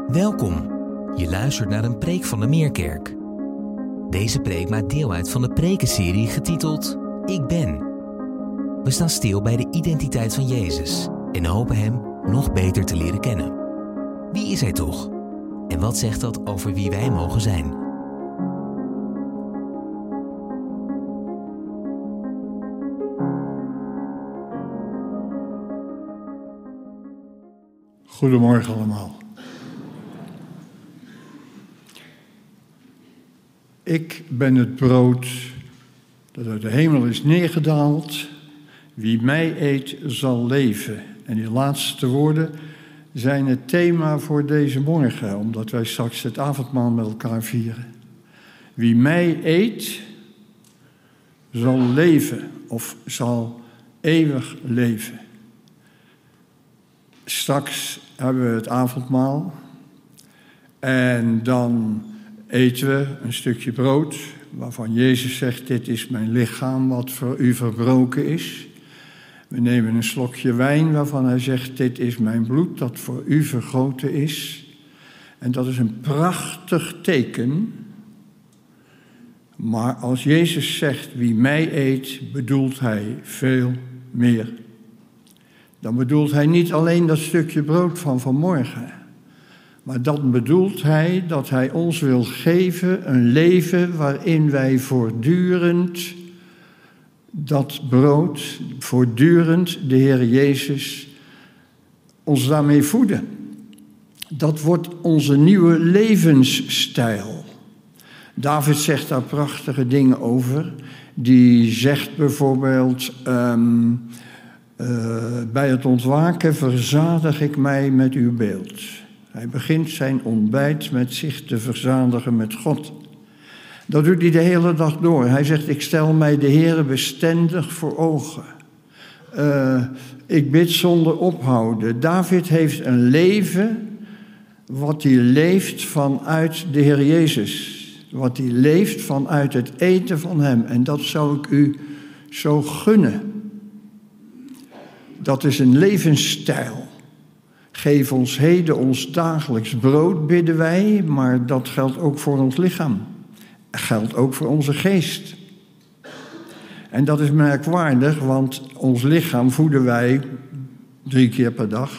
Welkom. Je luistert naar een preek van de Meerkerk. Deze preek maakt deel uit van de prekenserie getiteld Ik Ben. We staan stil bij de identiteit van Jezus en hopen Hem nog beter te leren kennen. Wie is Hij toch? En wat zegt dat over wie wij mogen zijn? Goedemorgen allemaal. Ik ben het brood dat uit de hemel is neergedaald. Wie mij eet, zal leven. En die laatste woorden zijn het thema voor deze morgen, omdat wij straks het avondmaal met elkaar vieren. Wie mij eet, zal leven of zal eeuwig leven. Straks hebben we het avondmaal en dan eten we een stukje brood waarvan Jezus zegt, dit is mijn lichaam wat voor u verbroken is. We nemen een slokje wijn waarvan hij zegt, dit is mijn bloed dat voor u vergoten is. En dat is een prachtig teken. Maar als Jezus zegt, wie mij eet, bedoelt hij veel meer. Dan bedoelt hij niet alleen dat stukje brood van vanmorgen. Maar dan bedoelt hij dat hij ons wil geven een leven waarin wij voortdurend dat brood, voortdurend de Heer Jezus, ons daarmee voeden. Dat wordt onze nieuwe levensstijl. David zegt daar prachtige dingen over. Die zegt bijvoorbeeld, bij het ontwaken verzadig ik mij met uw beeld. Hij begint zijn ontbijt met zich te verzadigen met God. Dat doet hij de hele dag door. Hij zegt, ik stel mij de Heere bestendig voor ogen. Ik bid zonder ophouden. David heeft een leven wat hij leeft vanuit de Heer Jezus. Wat hij leeft vanuit het eten van Hem. En dat zou ik u zo gunnen. Dat is een levensstijl. Geef ons heden ons dagelijks brood, bidden wij, maar dat geldt ook voor ons lichaam. Dat geldt ook voor onze geest. En dat is merkwaardig, want ons lichaam voeden wij 3 keer per dag.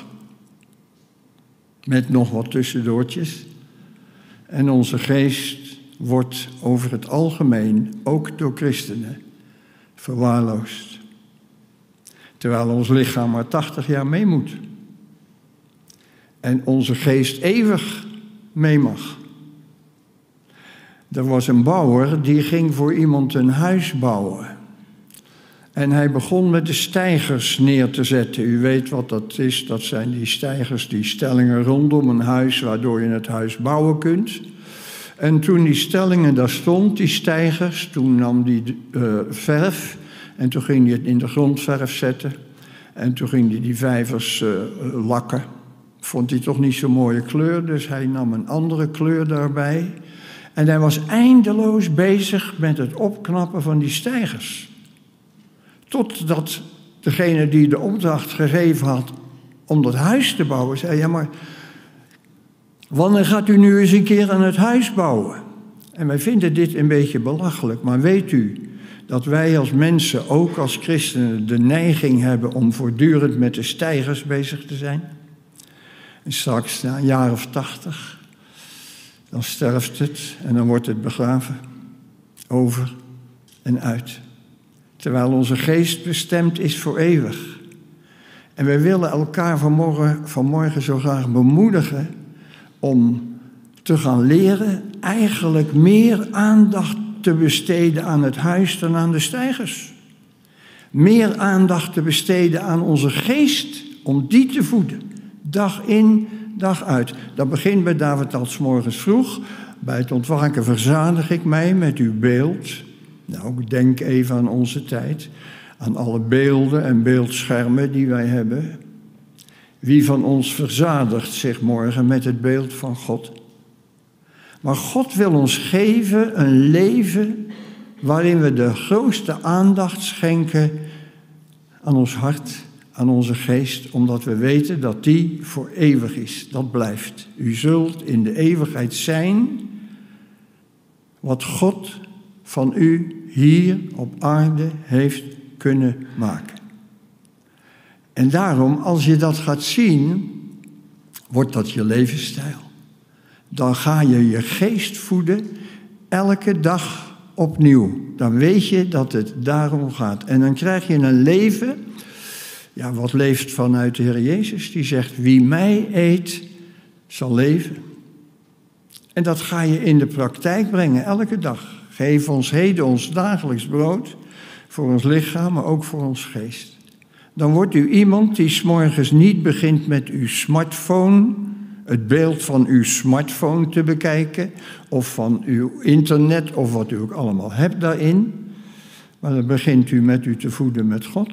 Met nog wat tussendoortjes. En onze geest wordt over het algemeen, ook door christenen, verwaarloosd. Terwijl ons lichaam maar 80 jaar mee moet. En onze geest eeuwig mee mag. Er was een bouwer die ging voor iemand een huis bouwen. En hij begon met de steigers neer te zetten. U weet wat dat is. Dat zijn die steigers, die stellingen rondom een huis, waardoor je het huis bouwen kunt. En toen die stellingen daar stond, die steigers, toen nam hij verf. En toen ging hij het in de grondverf zetten. En toen ging hij die vijvers lakken. Vond hij toch niet zo'n mooie kleur, dus hij nam een andere kleur daarbij. En hij was eindeloos bezig met het opknappen van die steigers. Totdat degene die de opdracht gegeven had om dat huis te bouwen, zei, ja maar, wanneer gaat u nu eens een keer aan het huis bouwen? En wij vinden dit een beetje belachelijk, maar weet u dat wij als mensen, ook als christenen, de neiging hebben om voortdurend met de steigers bezig te zijn? En straks, na een jaar of 80, dan sterft het en dan wordt het begraven. Over en uit. Terwijl onze geest bestemd is voor eeuwig. En wij willen elkaar vanmorgen zo graag bemoedigen om te gaan leren eigenlijk meer aandacht te besteden aan het huis dan aan de steigers. Meer aandacht te besteden aan onze geest om die te voeden. Dag in, dag uit. Dat begint bij David al 's morgens vroeg. Bij het ontwaken verzadig ik mij met uw beeld. Nou, denk even aan onze tijd. Aan alle beelden en beeldschermen die wij hebben. Wie van ons verzadigt zich morgen met het beeld van God? Maar God wil ons geven een leven waarin we de grootste aandacht schenken aan ons hart, aan onze geest, omdat we weten dat die voor eeuwig is. Dat blijft. U zult in de eeuwigheid zijn wat God van u hier op aarde heeft kunnen maken. En daarom, als je dat gaat zien, wordt dat je levensstijl. Dan ga je je geest voeden elke dag opnieuw. Dan weet je dat het daarom gaat. En dan krijg je een leven, ja, wat leeft vanuit de Heer Jezus. Die zegt, wie mij eet, zal leven. En dat ga je in de praktijk brengen, elke dag. Geef ons heden ons dagelijks brood, voor ons lichaam, maar ook voor ons geest. Dan wordt u iemand die 's morgens niet begint met uw smartphone, het beeld van uw smartphone te bekijken, of van uw internet, of wat u ook allemaal hebt daarin. Maar dan begint u met u te voeden met God.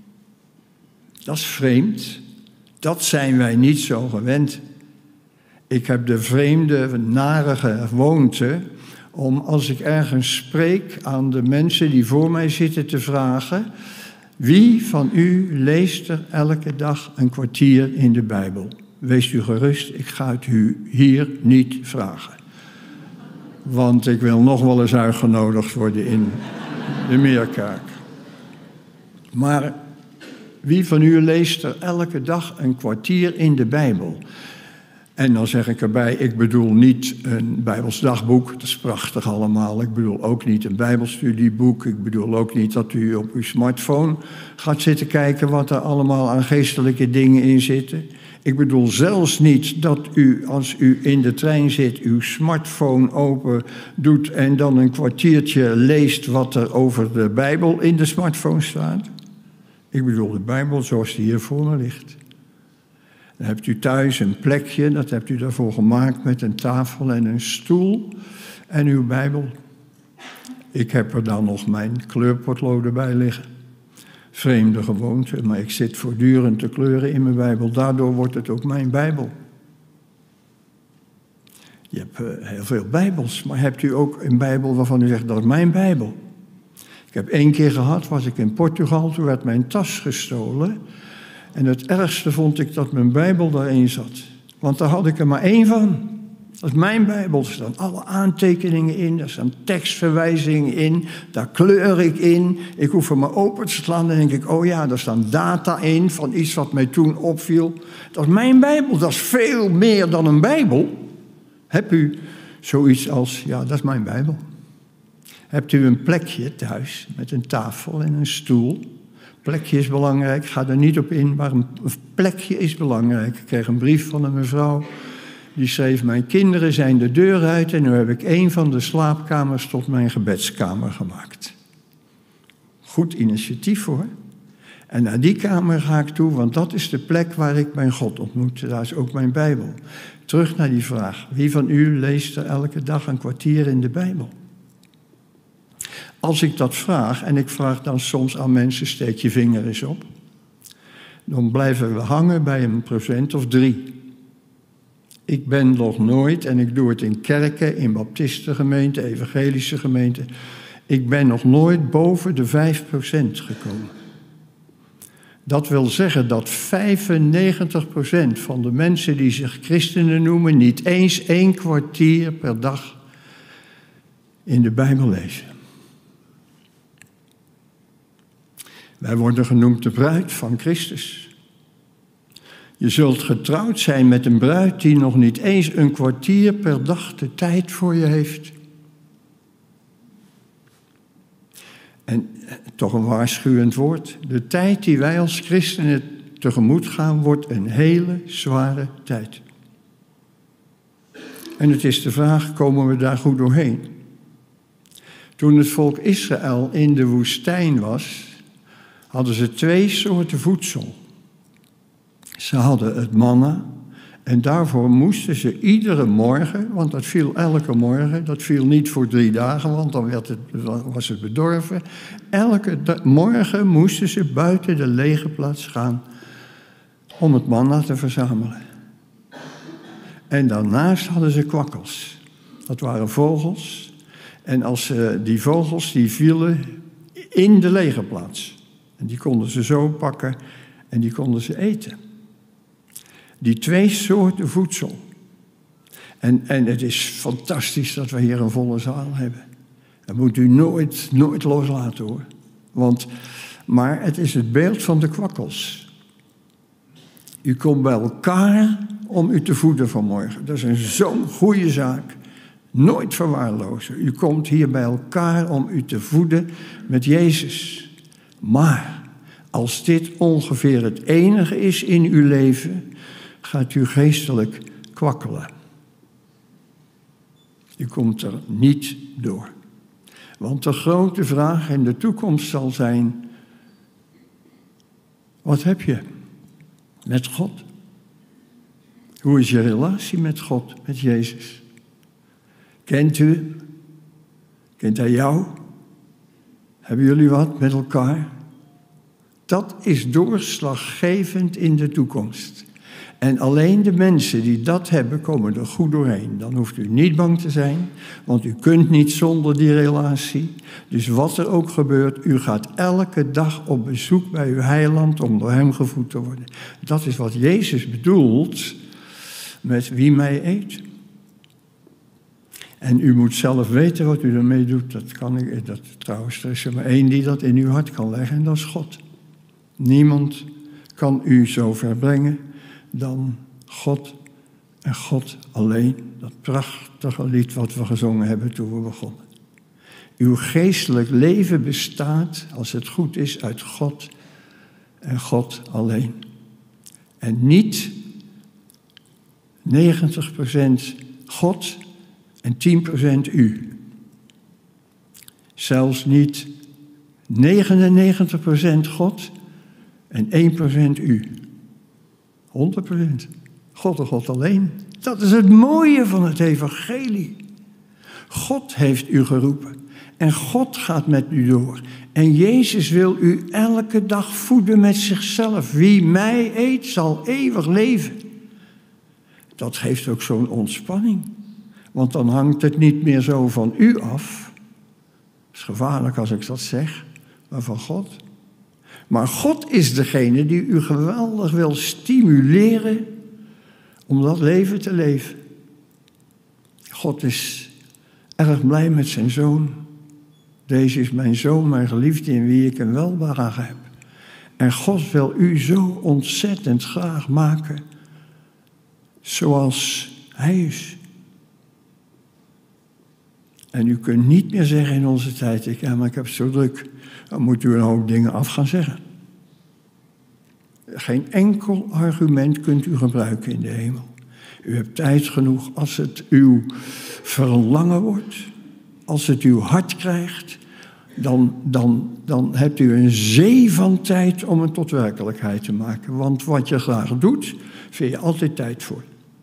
Dat is vreemd. Dat zijn wij niet zo gewend. Ik heb de vreemde, nare gewoonte om, als ik ergens spreek, aan de mensen die voor mij zitten te vragen: wie van u leest er elke dag een kwartier in de Bijbel? Wees u gerust, ik ga het u hier niet vragen. Want ik wil nog wel eens uitgenodigd worden in de Meerkerk. Maar wie van u leest er elke dag een kwartier in de Bijbel? En dan zeg ik erbij, ik bedoel niet een Bijbels dagboek, dat is prachtig allemaal. Ik bedoel ook niet een Bijbelstudieboek. Ik bedoel ook niet dat u op uw smartphone gaat zitten kijken wat er allemaal aan geestelijke dingen in zitten. Ik bedoel zelfs niet dat u, als u in de trein zit, uw smartphone open doet en dan een kwartiertje leest wat er over de Bijbel in de smartphone staat. Ik bedoel de Bijbel zoals die hier voor me ligt. Dan hebt u thuis een plekje, dat hebt u daarvoor gemaakt met een tafel en een stoel en uw Bijbel. Ik heb er dan nog mijn kleurpotloden bij liggen. Vreemde gewoonte, maar ik zit voortdurend te kleuren in mijn Bijbel. Daardoor wordt het ook mijn Bijbel. Je hebt heel veel Bijbels, maar hebt u ook een Bijbel waarvan u zegt, dat is mijn Bijbel? Ik heb 1 keer gehad, was ik in Portugal, toen werd mijn tas gestolen. En het ergste vond ik dat mijn Bijbel daarin zat. Want daar had ik er maar 1 van. Dat is mijn Bijbel. Er staan alle aantekeningen in. Er staan tekstverwijzingen in. Daar kleur ik in. Ik hoef hem maar open te slaan. Dan denk ik, oh ja, daar staan data in van iets wat mij toen opviel. Dat is mijn Bijbel. Dat is veel meer dan een Bijbel. Hebt u zoiets als, ja, dat is mijn Bijbel. Hebt u een plekje thuis met een tafel en een stoel? Plekje is belangrijk, ik ga er niet op in, maar een plekje is belangrijk. Ik kreeg een brief van een mevrouw, die schreef: mijn kinderen zijn de deur uit en nu heb ik 1 van de slaapkamers tot mijn gebedskamer gemaakt. Goed initiatief hoor. En naar die kamer ga ik toe, want dat is de plek waar ik mijn God ontmoet. Daar is ook mijn Bijbel. Terug naar die vraag: wie van u leest er elke dag een kwartier in de Bijbel? Als ik dat vraag, en ik vraag dan soms aan mensen, steek je vinger eens op, dan blijven we hangen bij een % of 3. Ik ben nog nooit, en ik doe het in kerken, in baptistengemeenten, evangelische gemeenten, ik ben nog nooit boven de 5% gekomen. Dat wil zeggen dat 95% van de mensen die zich christenen noemen niet eens 1 kwartier per dag in de Bijbel lezen. Wij worden genoemd de bruid van Christus. Je zult getrouwd zijn met een bruid die nog niet eens een kwartier per dag de tijd voor je heeft. En toch een waarschuwend woord. De tijd die wij als christenen tegemoet gaan, wordt een hele zware tijd. En het is de vraag, komen we daar goed doorheen? Toen het volk Israël in de woestijn was, hadden ze 2 soorten voedsel. Ze hadden het manna en daarvoor moesten ze iedere morgen, want dat viel elke morgen, dat viel niet voor 3 dagen, want dan was het bedorven. Elke morgen moesten ze buiten de legerplaats gaan om het manna te verzamelen. En daarnaast hadden ze kwakkels. Dat waren vogels. En die vogels die vielen in de legerplaats. En die konden ze zo pakken En die konden ze eten. Die 2 soorten voedsel. En het is fantastisch dat we hier een volle zaal hebben. Dat moet u nooit loslaten hoor. Maar het is het beeld van de kwakkels. U komt bij elkaar om u te voeden vanmorgen. Dat is zo'n goede zaak. Nooit verwaarlozen. U komt hier bij elkaar om u te voeden met Jezus. Maar als dit ongeveer het enige is in uw leven, gaat u geestelijk kwakkelen. U komt er niet door. Want de grote vraag in de toekomst zal zijn: wat heb je met God? Hoe is je relatie met God, met Jezus? Kent u? Kent hij jou? Hebben jullie wat met elkaar? Dat is doorslaggevend in de toekomst. En alleen de mensen die dat hebben, komen er goed doorheen. Dan hoeft u niet bang te zijn, want u kunt niet zonder die relatie. Dus wat er ook gebeurt, u gaat elke dag op bezoek bij uw heiland om door hem gevoed te worden. Dat is wat Jezus bedoelt met wie mij eet. En u moet zelf weten wat u ermee doet. Trouwens, er is er maar 1 die dat in uw hart kan leggen en dat is God. Niemand kan u zo ver brengen dan God en God alleen. Dat prachtige lied wat we gezongen hebben toen we begonnen. Uw geestelijk leven bestaat, als het goed is, uit God en God alleen. En niet 90% God en 10% u. Zelfs niet 99% God en 1% u. 100%. God en God alleen. Dat is het mooie van het evangelie. God heeft u geroepen. En God gaat met u door. En Jezus wil u elke dag voeden met zichzelf. Wie mij eet, zal eeuwig leven. Dat geeft ook zo'n ontspanning. Want dan hangt het niet meer zo van u af. Het is gevaarlijk als ik dat zeg. Maar van God. Maar God is degene die u geweldig wil stimuleren om dat leven te leven. God is erg blij met zijn zoon. Deze is mijn zoon, mijn geliefde, in wie ik een welbehagen heb. En God wil u zo ontzettend graag maken zoals hij is. En u kunt niet meer zeggen in onze tijd, maar ik heb het zo druk. Dan moet u een hoop dingen af gaan zeggen. Geen enkel argument kunt u gebruiken in de hemel. U hebt tijd genoeg als het uw verlangen wordt. Als het uw hart krijgt. Dan hebt u een zee van tijd om het tot werkelijkheid te maken. Want wat je graag doet, vind je altijd tijd voor.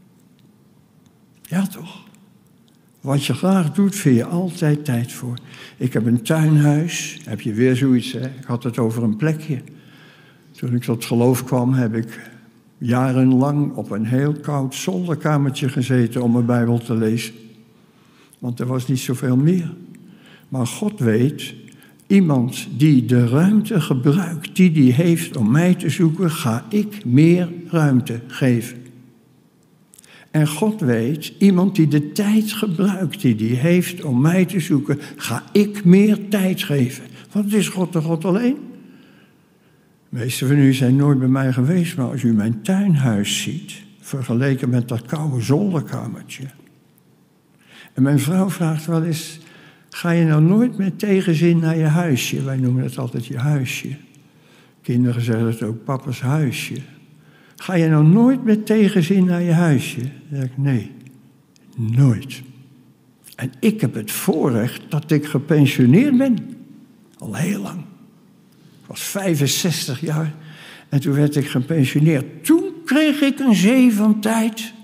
Ja toch? Wat je graag doet, vind je altijd tijd voor. Ik heb een tuinhuis. Heb je weer zoiets, hè? Ik had het over een plekje. Toen ik tot geloof kwam, heb ik jarenlang op een heel koud zolderkamertje gezeten om mijn Bijbel te lezen. Want er was niet zoveel meer. Maar God weet, iemand die de ruimte gebruikt die hij heeft om mij te zoeken, ga ik meer ruimte geven. En God weet, iemand die de tijd gebruikt die hij heeft om mij te zoeken, ga ik meer tijd geven. Want het is God en God alleen. De meesten van u zijn nooit bij mij geweest, maar als u mijn tuinhuis ziet, vergeleken met dat koude zolderkamertje. En mijn vrouw vraagt wel eens, ga je nou nooit met tegenzin naar je huisje? Wij noemen het altijd je huisje. Kinderen zeggen het ook, papa's huisje. Ga je nou nooit met tegenzin naar je huisje? Dan zeg ik, nee, nooit. En ik heb het voorrecht dat ik gepensioneerd ben. Al heel lang. Ik was 65 jaar en toen werd ik gepensioneerd. Toen kreeg ik een zee van tijd.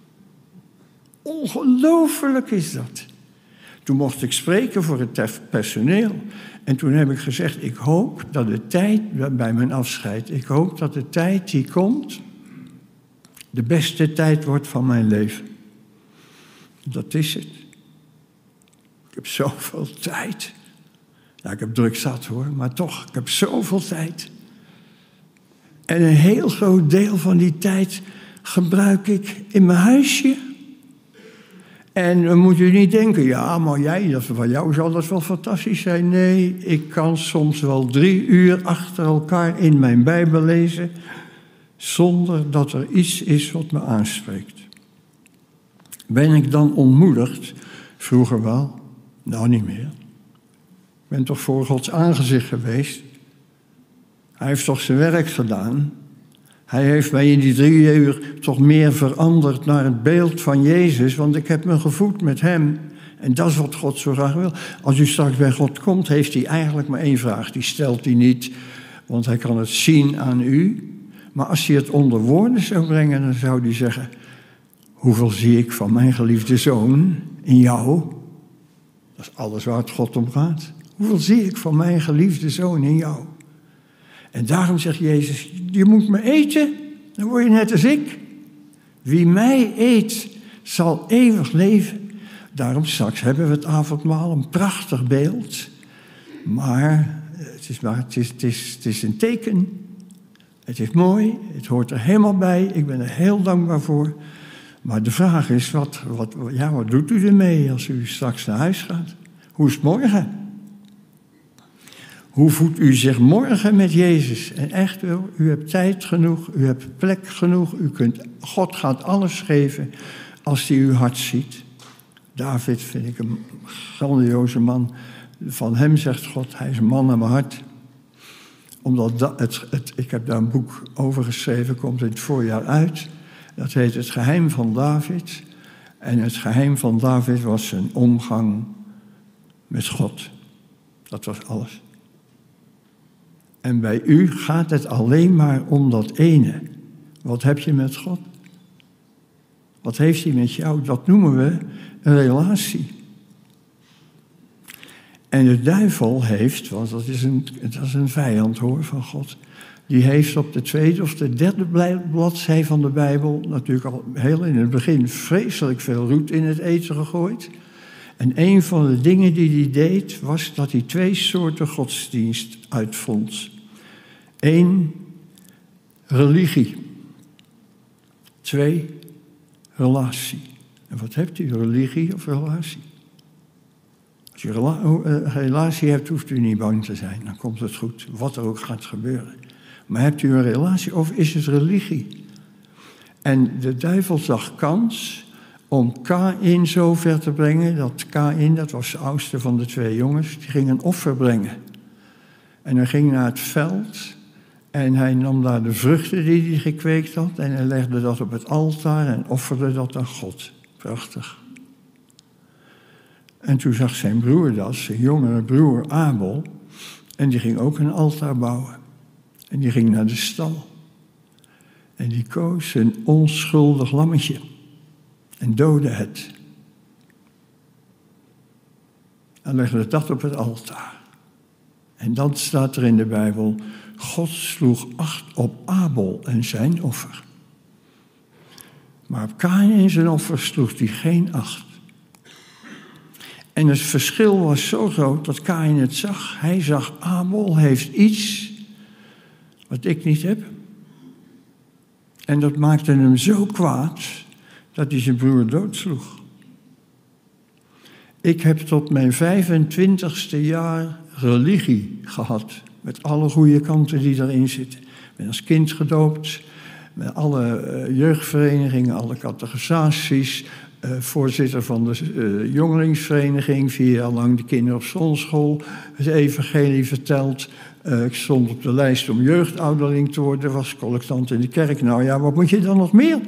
Ongelooflijk is dat. Toen mocht ik spreken voor het personeel. En toen heb ik gezegd, ik hoop dat de tijd, bij mijn afscheid, ik hoop dat de tijd die komt, de beste tijd wordt van mijn leven. Dat is het. Ik heb zoveel tijd. Ja, ik heb druk zat hoor, maar toch, ik heb zoveel tijd. En een heel groot deel van die tijd gebruik ik in mijn huisje. En dan moet u niet denken, ja, maar van jou zal dat wel fantastisch zijn. Nee, ik kan soms wel 3 uur achter elkaar in mijn Bijbel lezen, zonder dat er iets is wat me aanspreekt. Ben ik dan ontmoedigd? Vroeger wel, nou niet meer. Ik ben toch voor Gods aangezicht geweest. Hij heeft toch zijn werk gedaan. Hij heeft mij in die 3 uur toch meer veranderd naar het beeld van Jezus, want ik heb me gevoed met hem. En dat is wat God zo graag wil. Als u straks bij God komt, heeft hij eigenlijk maar 1 vraag. Die stelt hij niet, want hij kan het zien aan u. Maar als hij het onder woorden zou brengen, dan zou hij zeggen: hoeveel zie ik van mijn geliefde zoon in jou? Dat is alles waar het God om gaat. Hoeveel zie ik van mijn geliefde zoon in jou? En daarom zegt Jezus, je moet me eten, dan word je net als ik. Wie mij eet, zal eeuwig leven. Daarom straks hebben we het avondmaal, een prachtig beeld. Maar het is een teken. Het is mooi, het hoort er helemaal bij. Ik ben er heel dankbaar voor. Maar de vraag is, wat doet u ermee als u straks naar huis gaat? Hoe is het morgen? Hoe voedt u zich morgen met Jezus? En echt wel, u hebt tijd genoeg, u hebt plek genoeg. God gaat alles geven als hij uw hart ziet. David vind ik een grandioze man. Van hem zegt God, hij is een man naar mijn hart. Omdat ik heb daar een boek over geschreven, komt in het voorjaar uit. Dat heet Het Geheim van David. En het geheim van David was zijn omgang met God. Dat was alles. En bij u gaat het alleen maar om dat ene. Wat heb je met God? Wat heeft hij met jou? Dat noemen we een relatie. En de duivel heeft, want dat is een vijand hoor van God, die heeft op de 2e of de 3e bladzij van de Bijbel natuurlijk al heel in het begin vreselijk veel roet in het eten gegooid. En een van de dingen die hij deed, was dat hij 2 soorten godsdienst uitvond. 1, religie. 2, relatie. En wat hebt u, religie of relatie? Als je een relatie hebt, hoeft u niet bang te zijn. Dan komt het goed, wat er ook gaat gebeuren. Maar hebt u een relatie of is het religie? En de duivel zag kans om Kaïn zo ver te brengen, dat Kaïn, dat was de oudste van de 2 jongens, die ging een offer brengen. En hij ging naar het veld en hij nam daar de vruchten die hij gekweekt had en hij legde dat op het altaar en offerde dat aan God. Prachtig. En toen zag zijn broer dat, zijn jongere broer Abel, en die ging ook een altaar bouwen. En die ging naar de stal. En die koos een onschuldig lammetje. En doodde het. En legde dat op het altaar. En dan staat er in de Bijbel, God sloeg acht op Abel en zijn offer. Maar op Kaïn en zijn offer sloeg hij geen acht. En het verschil was zo groot dat Kaïn het zag. Hij zag, Abel heeft iets wat ik niet heb. En dat maakte hem zo kwaad dat hij zijn broer doodsloeg. Ik heb tot mijn 25ste jaar religie gehad. Met alle goede kanten die daarin zitten. Ik ben als kind gedoopt. Met alle jeugdverenigingen, alle catechisaties. Voorzitter van de jongelingsvereniging. 4 jaar lang de kinderen op zonneschool. Het evangelie verteld. Ik stond op de lijst om jeugdouderling te worden. Was collectant in de kerk. Nou ja, wat moet je dan nog meer?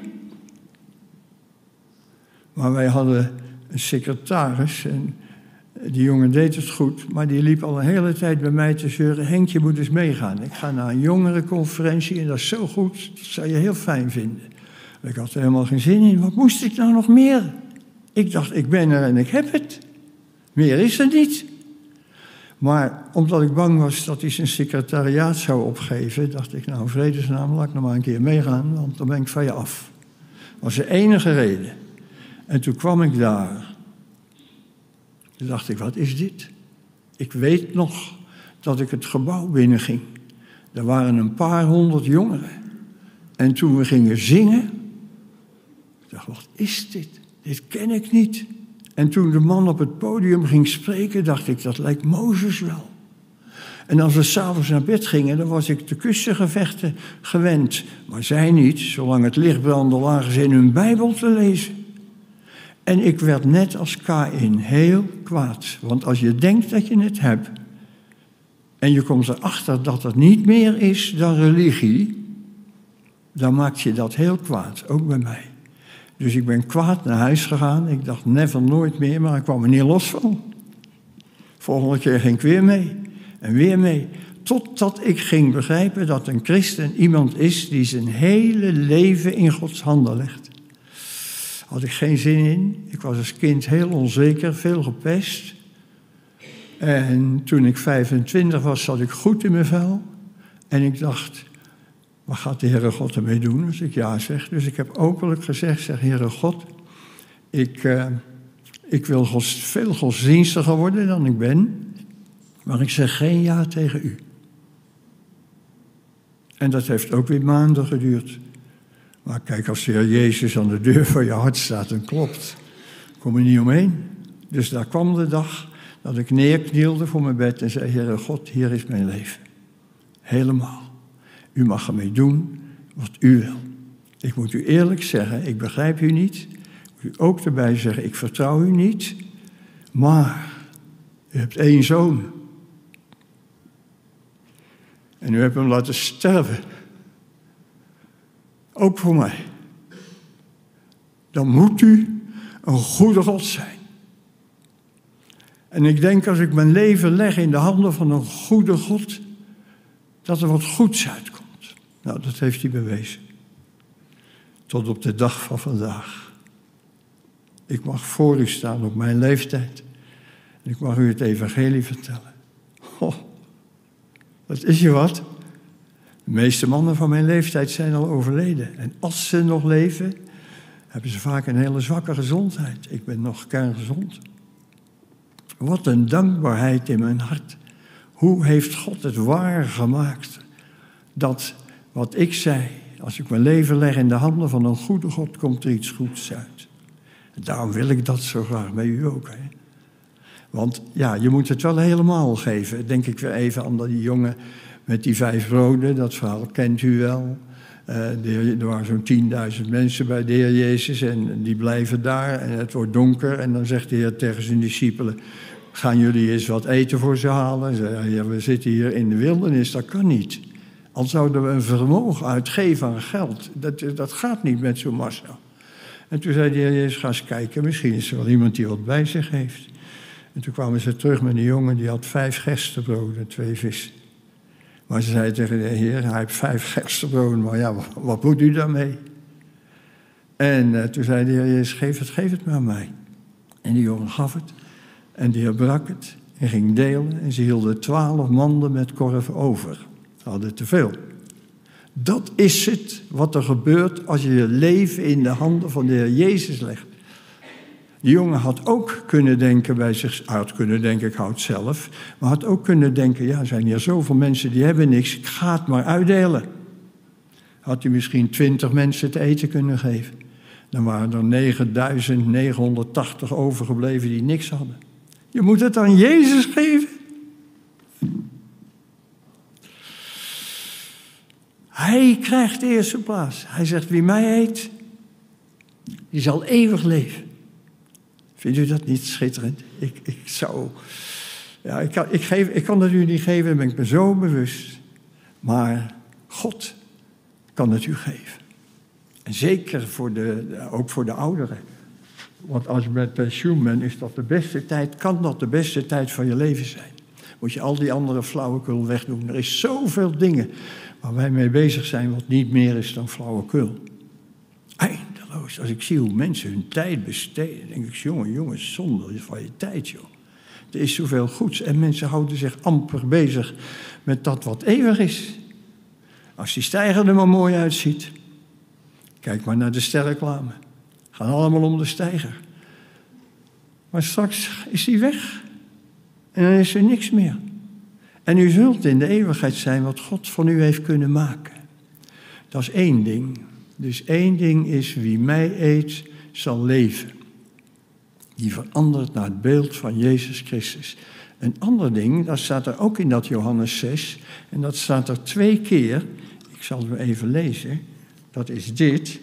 Maar wij hadden een secretaris. En die jongen deed het goed. Maar die liep al een hele tijd bij mij te zeuren. Henk, je moet eens meegaan. Ik ga naar een jongerenconferentie. En dat is zo goed. Dat zou je heel fijn vinden. Ik had er helemaal geen zin in. Wat moest ik nou nog meer? Ik dacht, ik ben er en ik heb het. Meer is er niet. Maar omdat ik bang was dat hij zijn secretariaat zou opgeven, dacht ik, nou, vredesnaam, laat ik nog maar een keer meegaan, want dan ben ik van je af. Dat was de enige reden. En toen kwam ik daar. Toen dacht ik, wat is dit? Ik weet nog dat ik het gebouw binnenging. Er waren een paar honderd jongeren. En toen we gingen zingen, ik dacht, wat is dit? Dit ken ik niet. En toen de man op het podium ging spreken, dacht ik, dat lijkt Mozes wel. En als we 's avonds naar bed gingen, dan was ik de kustengevechten gewend. Maar zij niet, zolang het licht brandde, lagen ze in hun Bijbel te lezen. En ik werd net als Kaïn heel kwaad. Want als je denkt dat je het hebt, en je komt erachter dat het niet meer is dan religie, dan maakt je dat heel kwaad, ook bij mij. Dus ik ben kwaad naar huis gegaan. Ik dacht, never, nooit meer, maar ik kwam er niet los van. Volgende keer ging ik weer mee. En weer mee. Totdat ik ging begrijpen dat een christen iemand is die zijn hele leven in Gods handen legt. Had ik geen zin in. Ik was als kind heel onzeker, veel gepest. En toen ik 25 was, zat ik goed in mijn vel. En ik dacht, wat gaat de Heere God ermee doen als ik ja zeg? Dus ik heb openlijk gezegd, zeg Heere God, ik wil veel godsdienstiger worden dan ik ben. Maar ik zeg geen ja tegen u. En dat heeft ook weer maanden geduurd. Maar kijk, als de Heer Jezus aan de deur van je hart staat, dan klopt. Kom er niet omheen. Dus daar kwam de dag dat ik neerknielde voor mijn bed en zei, Heere God, hier is mijn leven. Helemaal. U mag ermee doen wat u wil. Ik moet u eerlijk zeggen, ik begrijp u niet. Ik moet u ook erbij zeggen, ik vertrouw u niet. Maar u hebt 1 zoon. En u hebt hem laten sterven. Ook voor mij. Dan moet u een goede God zijn. En ik denk als ik mijn leven leg in de handen van een goede God, dat er wat goeds uitkomt. Nou, dat heeft hij bewezen. Tot op de dag van vandaag. Ik mag voor u staan op mijn leeftijd. En ik mag u het evangelie vertellen. Oh, wat is je wat? De meeste mannen van mijn leeftijd zijn al overleden. En als ze nog leven, hebben ze vaak een hele zwakke gezondheid. Ik ben nog kerngezond. Wat een dankbaarheid in mijn hart. Hoe heeft God het waar gemaakt? Dat wat ik zei, als ik mijn leven leg in de handen van een goede God, komt er iets goeds uit. En daarom wil ik dat zo graag bij u ook. Hè? Want ja, je moet het wel helemaal geven. Denk ik weer even aan die jongen met die 5 broden. Dat verhaal kent u wel. Er waren zo'n 10.000 mensen bij de Heer Jezus en die blijven daar en het wordt donker. En dan zegt de Heer tegen zijn discipelen, gaan jullie eens wat eten voor ze halen? Ze zeggen, ja, we zitten hier in de wildernis, dat kan niet. Al zouden we een vermogen uitgeven aan geld, dat gaat niet met zo'n massa. En toen zei de Heer Jezus, ga eens kijken, misschien is er wel iemand die wat bij zich heeft. En toen kwamen ze terug met een jongen die had 5 gerstebroden en 2 vissen. Maar ze zei tegen de Heer, hij heeft 5 gerstebroden, maar ja, wat moet u daarmee? En toen zei de Heer Jezus, geef het maar aan mij. En die jongen gaf het. En de Heer brak het en ging delen. En ze hielden 12 manden met korven over. Ze hadden te veel. Dat is het wat er gebeurt als je je leven in de handen van de Heer Jezus legt. Die jongen had ook kunnen denken bij zich, hij had kunnen denken, ik houd het zelf. Maar had ook kunnen denken, ja, er zijn hier zoveel mensen die hebben niks, ik ga het maar uitdelen. Had hij misschien 20 mensen te eten kunnen geven. Dan waren er 9.980 overgebleven die niks hadden. Je moet het aan Jezus geven. Hij krijgt de eerste plaats. Hij zegt, wie mij eet, die zal eeuwig leven. Vindt u dat niet schitterend? Ik kan het u niet geven, daar ben ik me zo bewust. Maar God kan het u geven. En zeker ook voor de ouderen. Want als je met pensioen bent, is dat de beste tijd, kan dat de beste tijd van je leven zijn. Moet je al die andere flauwekul wegdoen. Er is zoveel dingen waar wij mee bezig zijn wat niet meer is dan flauwekul. Eindeloos. Als ik zie hoe mensen hun tijd besteden, denk ik, jongen, zonde van je tijd, joh. Er is zoveel goeds en mensen houden zich amper bezig met dat wat eeuwig is. Als die steiger er maar mooi uitziet, kijk maar naar de sterreclame. Gaan allemaal om de steiger. Maar straks is die weg. En dan is er niks meer. En u zult in de eeuwigheid zijn wat God van u heeft kunnen maken. Dat is één ding. Dus één ding is, wie mij eet, zal leven. Die verandert naar het beeld van Jezus Christus. Een ander ding, dat staat er ook in dat Johannes 6. En dat staat er 2 keer. Ik zal het even lezen. Dat is dit.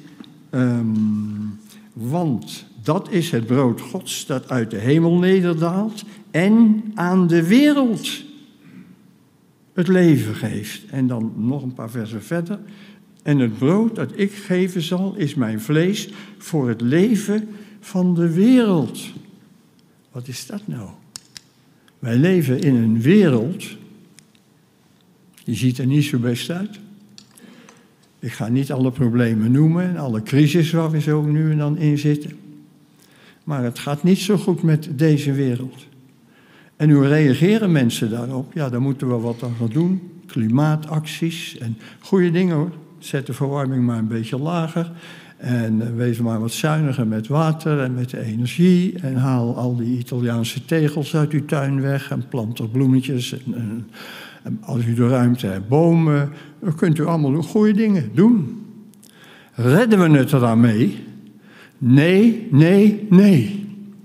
Want dat is het brood Gods dat uit de hemel nederdaalt en aan de wereld het leven geeft. En dan nog een paar versen verder. En het brood dat ik geven zal is mijn vlees voor het leven van de wereld. Wat is dat nou? Wij leven in een wereld, die ziet er niet zo best uit. Ik ga niet alle problemen noemen en alle crisis waar we zo nu en dan in zitten. Maar het gaat niet zo goed met deze wereld. En hoe reageren mensen daarop? Ja, daar moeten we wat aan gaan doen. Klimaatacties en goede dingen hoor. Zet de verwarming maar een beetje lager. En wees maar wat zuiniger met water en met de energie. En haal al die Italiaanse tegels uit uw tuin weg. En plant er bloemetjes. En als u de ruimte hebt, bomen. Dan kunt u allemaal goede dingen doen. Redden we het er dan mee? Nee, nee, nee.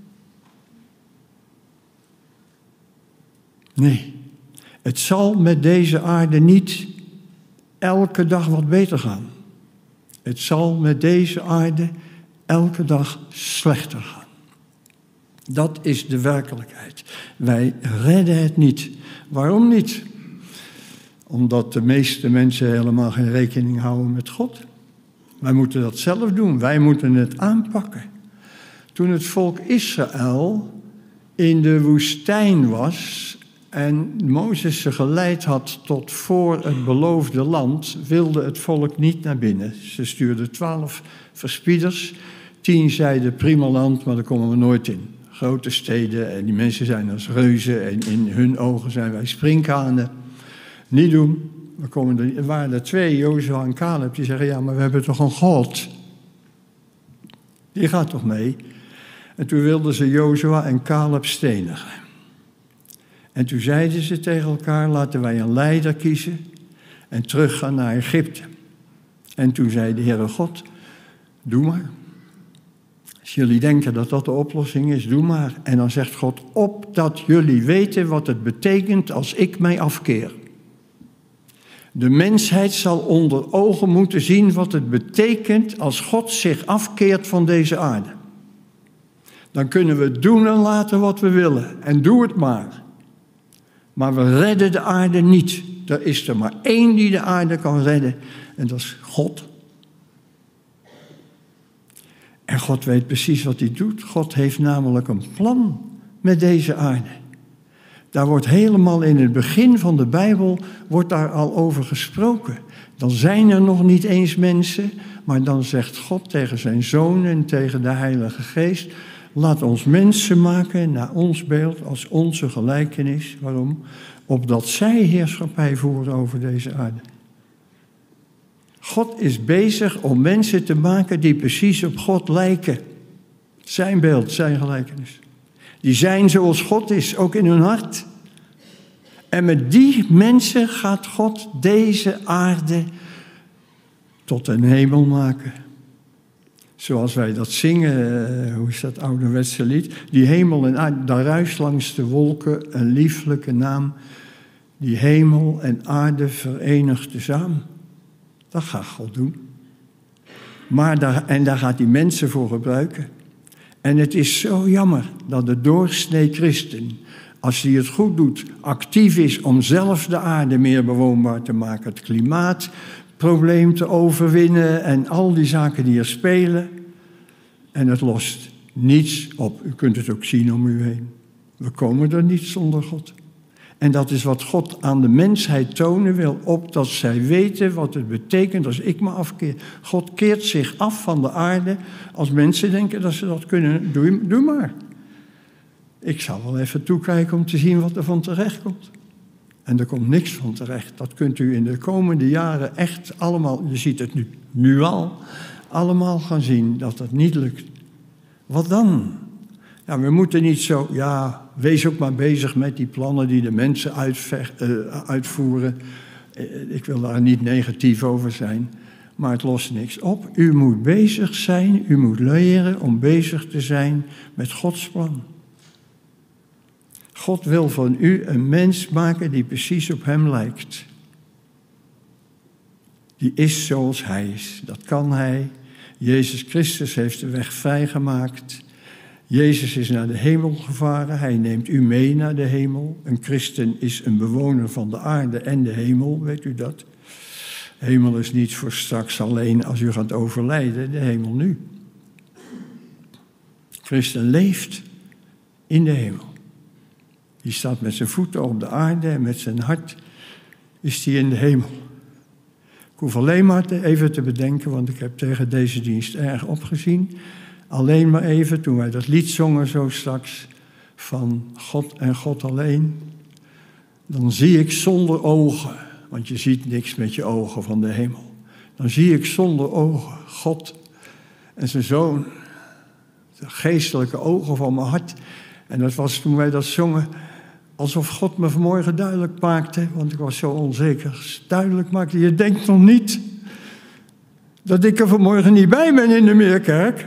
Nee. Het zal met deze aarde niet elke dag wat beter gaan. Het zal met deze aarde elke dag slechter gaan. Dat is de werkelijkheid. Wij redden het niet. Waarom niet? Omdat de meeste mensen helemaal geen rekening houden met God. Wij moeten dat zelf doen. Wij moeten het aanpakken. Toen het volk Israël in de woestijn was en Mozes ze geleid had tot voor het beloofde land, wilde het volk niet naar binnen. Ze stuurden 12 verspieders. 10 zeiden prima land, maar daar komen we nooit in. Grote steden en die mensen zijn als reuzen en in hun ogen zijn wij sprinkhanen. Niet doen. Er waren er 2, Jozua en Caleb, die zeggen, ja, maar we hebben toch een God. Die gaat toch mee? En toen wilden ze Jozua en Caleb stenigen. En toen zeiden ze tegen elkaar, laten wij een leider kiezen en teruggaan naar Egypte. En toen zei de Heere God, doe maar. Als jullie denken dat dat de oplossing is, doe maar. En dan zegt God, opdat jullie weten wat het betekent als ik mij afkeer. De mensheid zal onder ogen moeten zien wat het betekent als God zich afkeert van deze aarde. Dan kunnen we doen en laten wat we willen. En doe het maar. Maar we redden de aarde niet. Er is er maar 1 die de aarde kan redden. En dat is God. En God weet precies wat hij doet. God heeft namelijk een plan met deze aarde. Daar wordt helemaal in het begin van de Bijbel wordt daar al over gesproken. Dan zijn er nog niet eens mensen, maar dan zegt God tegen zijn Zoon en tegen de Heilige Geest, laat ons mensen maken naar ons beeld als onze gelijkenis. Waarom? Opdat zij heerschappij voeren over deze aarde. God is bezig om mensen te maken die precies op God lijken. Zijn beeld, zijn gelijkenis. Die zijn zoals God is, ook in hun hart. En met die mensen gaat God deze aarde tot een hemel maken. Zoals wij dat zingen, hoe is dat ouderwetse lied? Die hemel en aarde, daar ruist langs de wolken een lieflijke naam. Die hemel en aarde verenigt tezamen. Dat gaat God doen. Maar daar gaat hij mensen voor gebruiken. En het is zo jammer dat de doorsnee christen, als hij het goed doet, actief is om zelf de aarde meer bewoonbaar te maken, het klimaatprobleem te overwinnen en al die zaken die er spelen. En het lost niets op. U kunt het ook zien om u heen. We komen er niet zonder God. En dat is wat God aan de mensheid tonen wil, opdat zij weten wat het betekent als ik me afkeer. God keert zich af van de aarde. Als mensen denken dat ze dat kunnen, doe maar. Ik zal wel even toekijken om te zien wat er van terecht komt. En er komt niks van terecht. Dat kunt u in de komende jaren echt allemaal, je ziet het nu al, allemaal gaan zien dat dat niet lukt. Wat dan? Ja, we moeten niet zo, wees ook maar bezig met die plannen die de mensen uitvoeren. Ik wil daar niet negatief over zijn, maar het lost niks op. U moet bezig zijn, u moet leren om bezig te zijn met Gods plan. God wil van u een mens maken die precies op hem lijkt. Die is zoals hij is. Dat kan hij. Jezus Christus heeft de weg vrijgemaakt. Jezus is naar de hemel gevaren. Hij neemt u mee naar de hemel. Een christen is een bewoner van de aarde en de hemel. Weet u dat? De hemel is niet voor straks alleen als u gaat overlijden. De hemel nu. Christen leeft in de hemel. Die staat met zijn voeten op de aarde en met zijn hart is hij in de hemel. Ik hoef alleen maar even te bedenken, want ik heb tegen deze dienst erg opgezien. Alleen maar even, toen wij dat lied zongen zo straks, van God en God alleen. Dan zie ik zonder ogen, want je ziet niks met je ogen van de hemel. Dan zie ik zonder ogen God en zijn Zoon. De geestelijke ogen van mijn hart. En dat was toen wij dat zongen, alsof God me vanmorgen duidelijk maakte, want ik was zo onzeker, duidelijk maakte, je denkt nog niet dat ik er vanmorgen niet bij ben in de Meerkerk.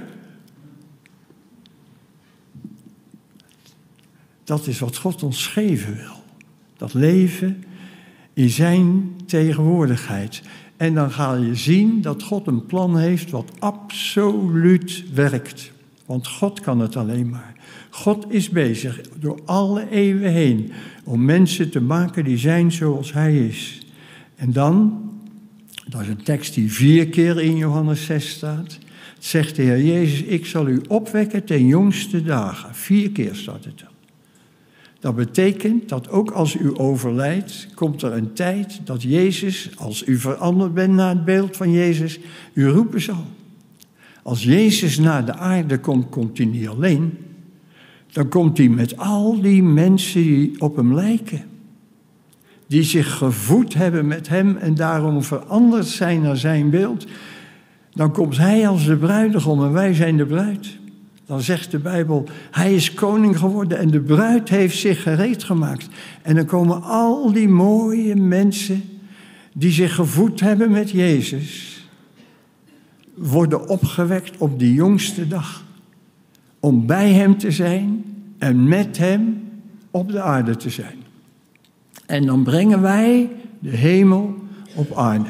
Dat is wat God ons geven wil. Dat leven in zijn tegenwoordigheid. En dan ga je zien dat God een plan heeft wat absoluut werkt. Want God kan het alleen maar. God is bezig door alle eeuwen heen om mensen te maken die zijn zoals hij is. En dan, dat is een tekst die 4 keer in Johannes 6 staat, zegt de Heer Jezus, ik zal u opwekken ten jongste dagen. 4 keer staat het er. Dat betekent dat ook als u overlijdt, komt er een tijd dat Jezus, als u veranderd bent naar het beeld van Jezus, u roepen zal. Als Jezus naar de aarde komt, komt hij niet alleen. Dan komt hij met al die mensen die op hem lijken. Die zich gevoed hebben met hem en daarom veranderd zijn naar zijn beeld. Dan komt hij als de bruidegom en wij zijn de bruid. Dan zegt de Bijbel, hij is koning geworden en de bruid heeft zich gereed gemaakt. En dan komen al die mooie mensen die zich gevoed hebben met Jezus, worden opgewekt op die jongste dag. Om bij hem te zijn en met hem op de aarde te zijn. En dan brengen wij de hemel op aarde.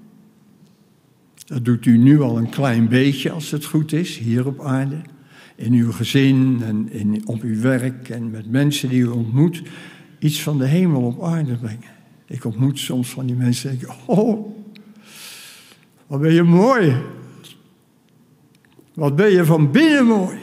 Dat doet u nu al een klein beetje als het goed is, hier op aarde. In uw gezin en op uw werk en met mensen die u ontmoet. Iets van de hemel op aarde brengen. Ik ontmoet soms van die mensen en denk ik, oh, wat ben je mooi. Wat ben je van binnen mooi.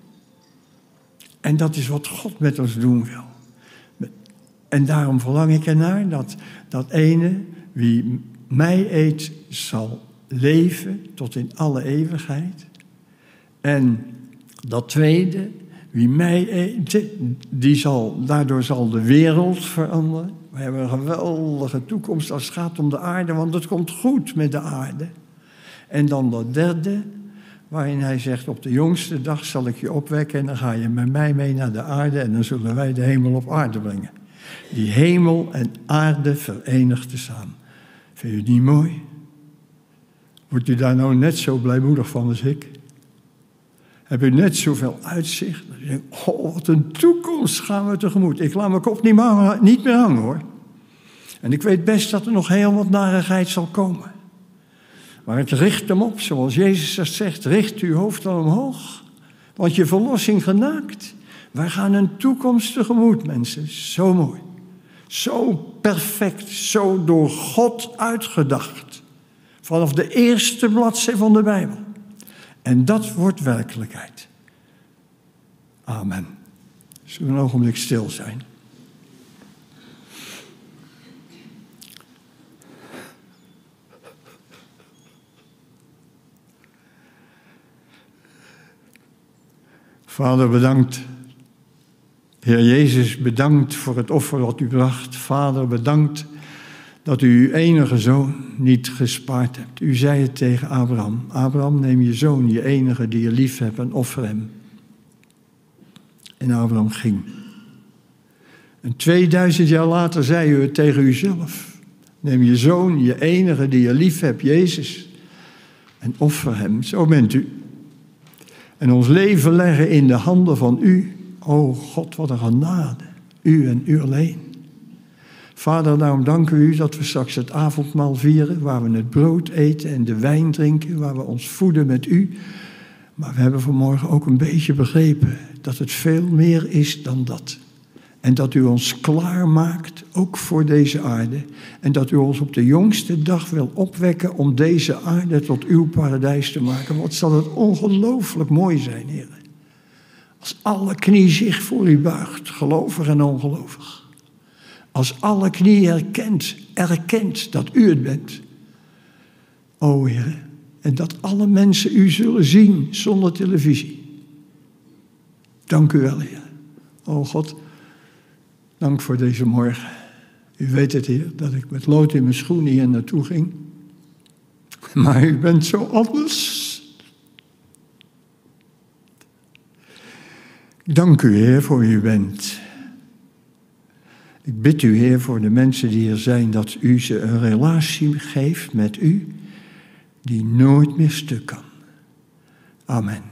En dat is wat God met ons doen wil. En daarom verlang ik ernaar dat ene, wie mij eet, zal leven tot in alle eeuwigheid. En dat tweede, wie mij eet, daardoor zal de wereld veranderen. We hebben een geweldige toekomst als het gaat om de aarde, want het komt goed met de aarde. En dan dat derde, waarin hij zegt, op de jongste dag zal ik je opwekken en dan ga je met mij mee naar de aarde en dan zullen wij de hemel op aarde brengen. Die hemel en aarde verenigd tezamen. Vind je het niet mooi? Wordt u daar nou net zo blijmoedig van als ik? Heb u net zoveel uitzicht? Dan denk ik, oh, wat een toekomst gaan we tegemoet. Ik laat mijn kop niet meer hangen, hoor. En ik weet best dat er nog heel wat narigheid zal komen. Maar het richt hem op, zoals Jezus dat zegt. Richt uw hoofd dan omhoog, want je verlossing genaakt. Wij gaan een toekomst tegemoet, mensen. Zo mooi. Zo perfect. Zo door God uitgedacht. Vanaf de eerste bladzijde van de Bijbel. En dat wordt werkelijkheid. Amen. Zullen we een ogenblik stil zijn? Vader, bedankt. Heer Jezus, bedankt voor het offer dat u bracht. Vader, bedankt dat u uw enige zoon niet gespaard hebt. U zei het tegen Abraham. Abraham, neem je zoon, je enige die je lief hebt en offer hem. En Abraham ging. En 2000 jaar later zei u het tegen uzelf. Neem je zoon, je enige die je lief hebt, Jezus, en offer hem. Zo bent u. En ons leven leggen in de handen van u. O God, wat een genade. U en u alleen. Vader, daarom danken we u dat we straks het avondmaal vieren, waar we het brood eten en de wijn drinken, waar we ons voeden met u. Maar we hebben vanmorgen ook een beetje begrepen dat het veel meer is dan dat. En dat u ons klaarmaakt, ook voor deze aarde. En dat u ons op de jongste dag wil opwekken om deze aarde tot uw paradijs te maken. Wat zal het ongelooflijk mooi zijn, Heer. Als alle knie zich voor u buigt, gelovig en ongelovig. Als alle knie erkent dat u het bent. O Heer, en dat alle mensen u zullen zien zonder televisie. Dank u wel, Heer. O God, dank voor deze morgen. U weet het, Heer, dat ik met lood in mijn schoenen hier naartoe ging. Maar u bent zo anders. Dank u, Heer, voor wie u bent. Ik bid u, Heer, voor de mensen die hier zijn, dat u ze een relatie geeft met u die nooit meer stuk kan. Amen.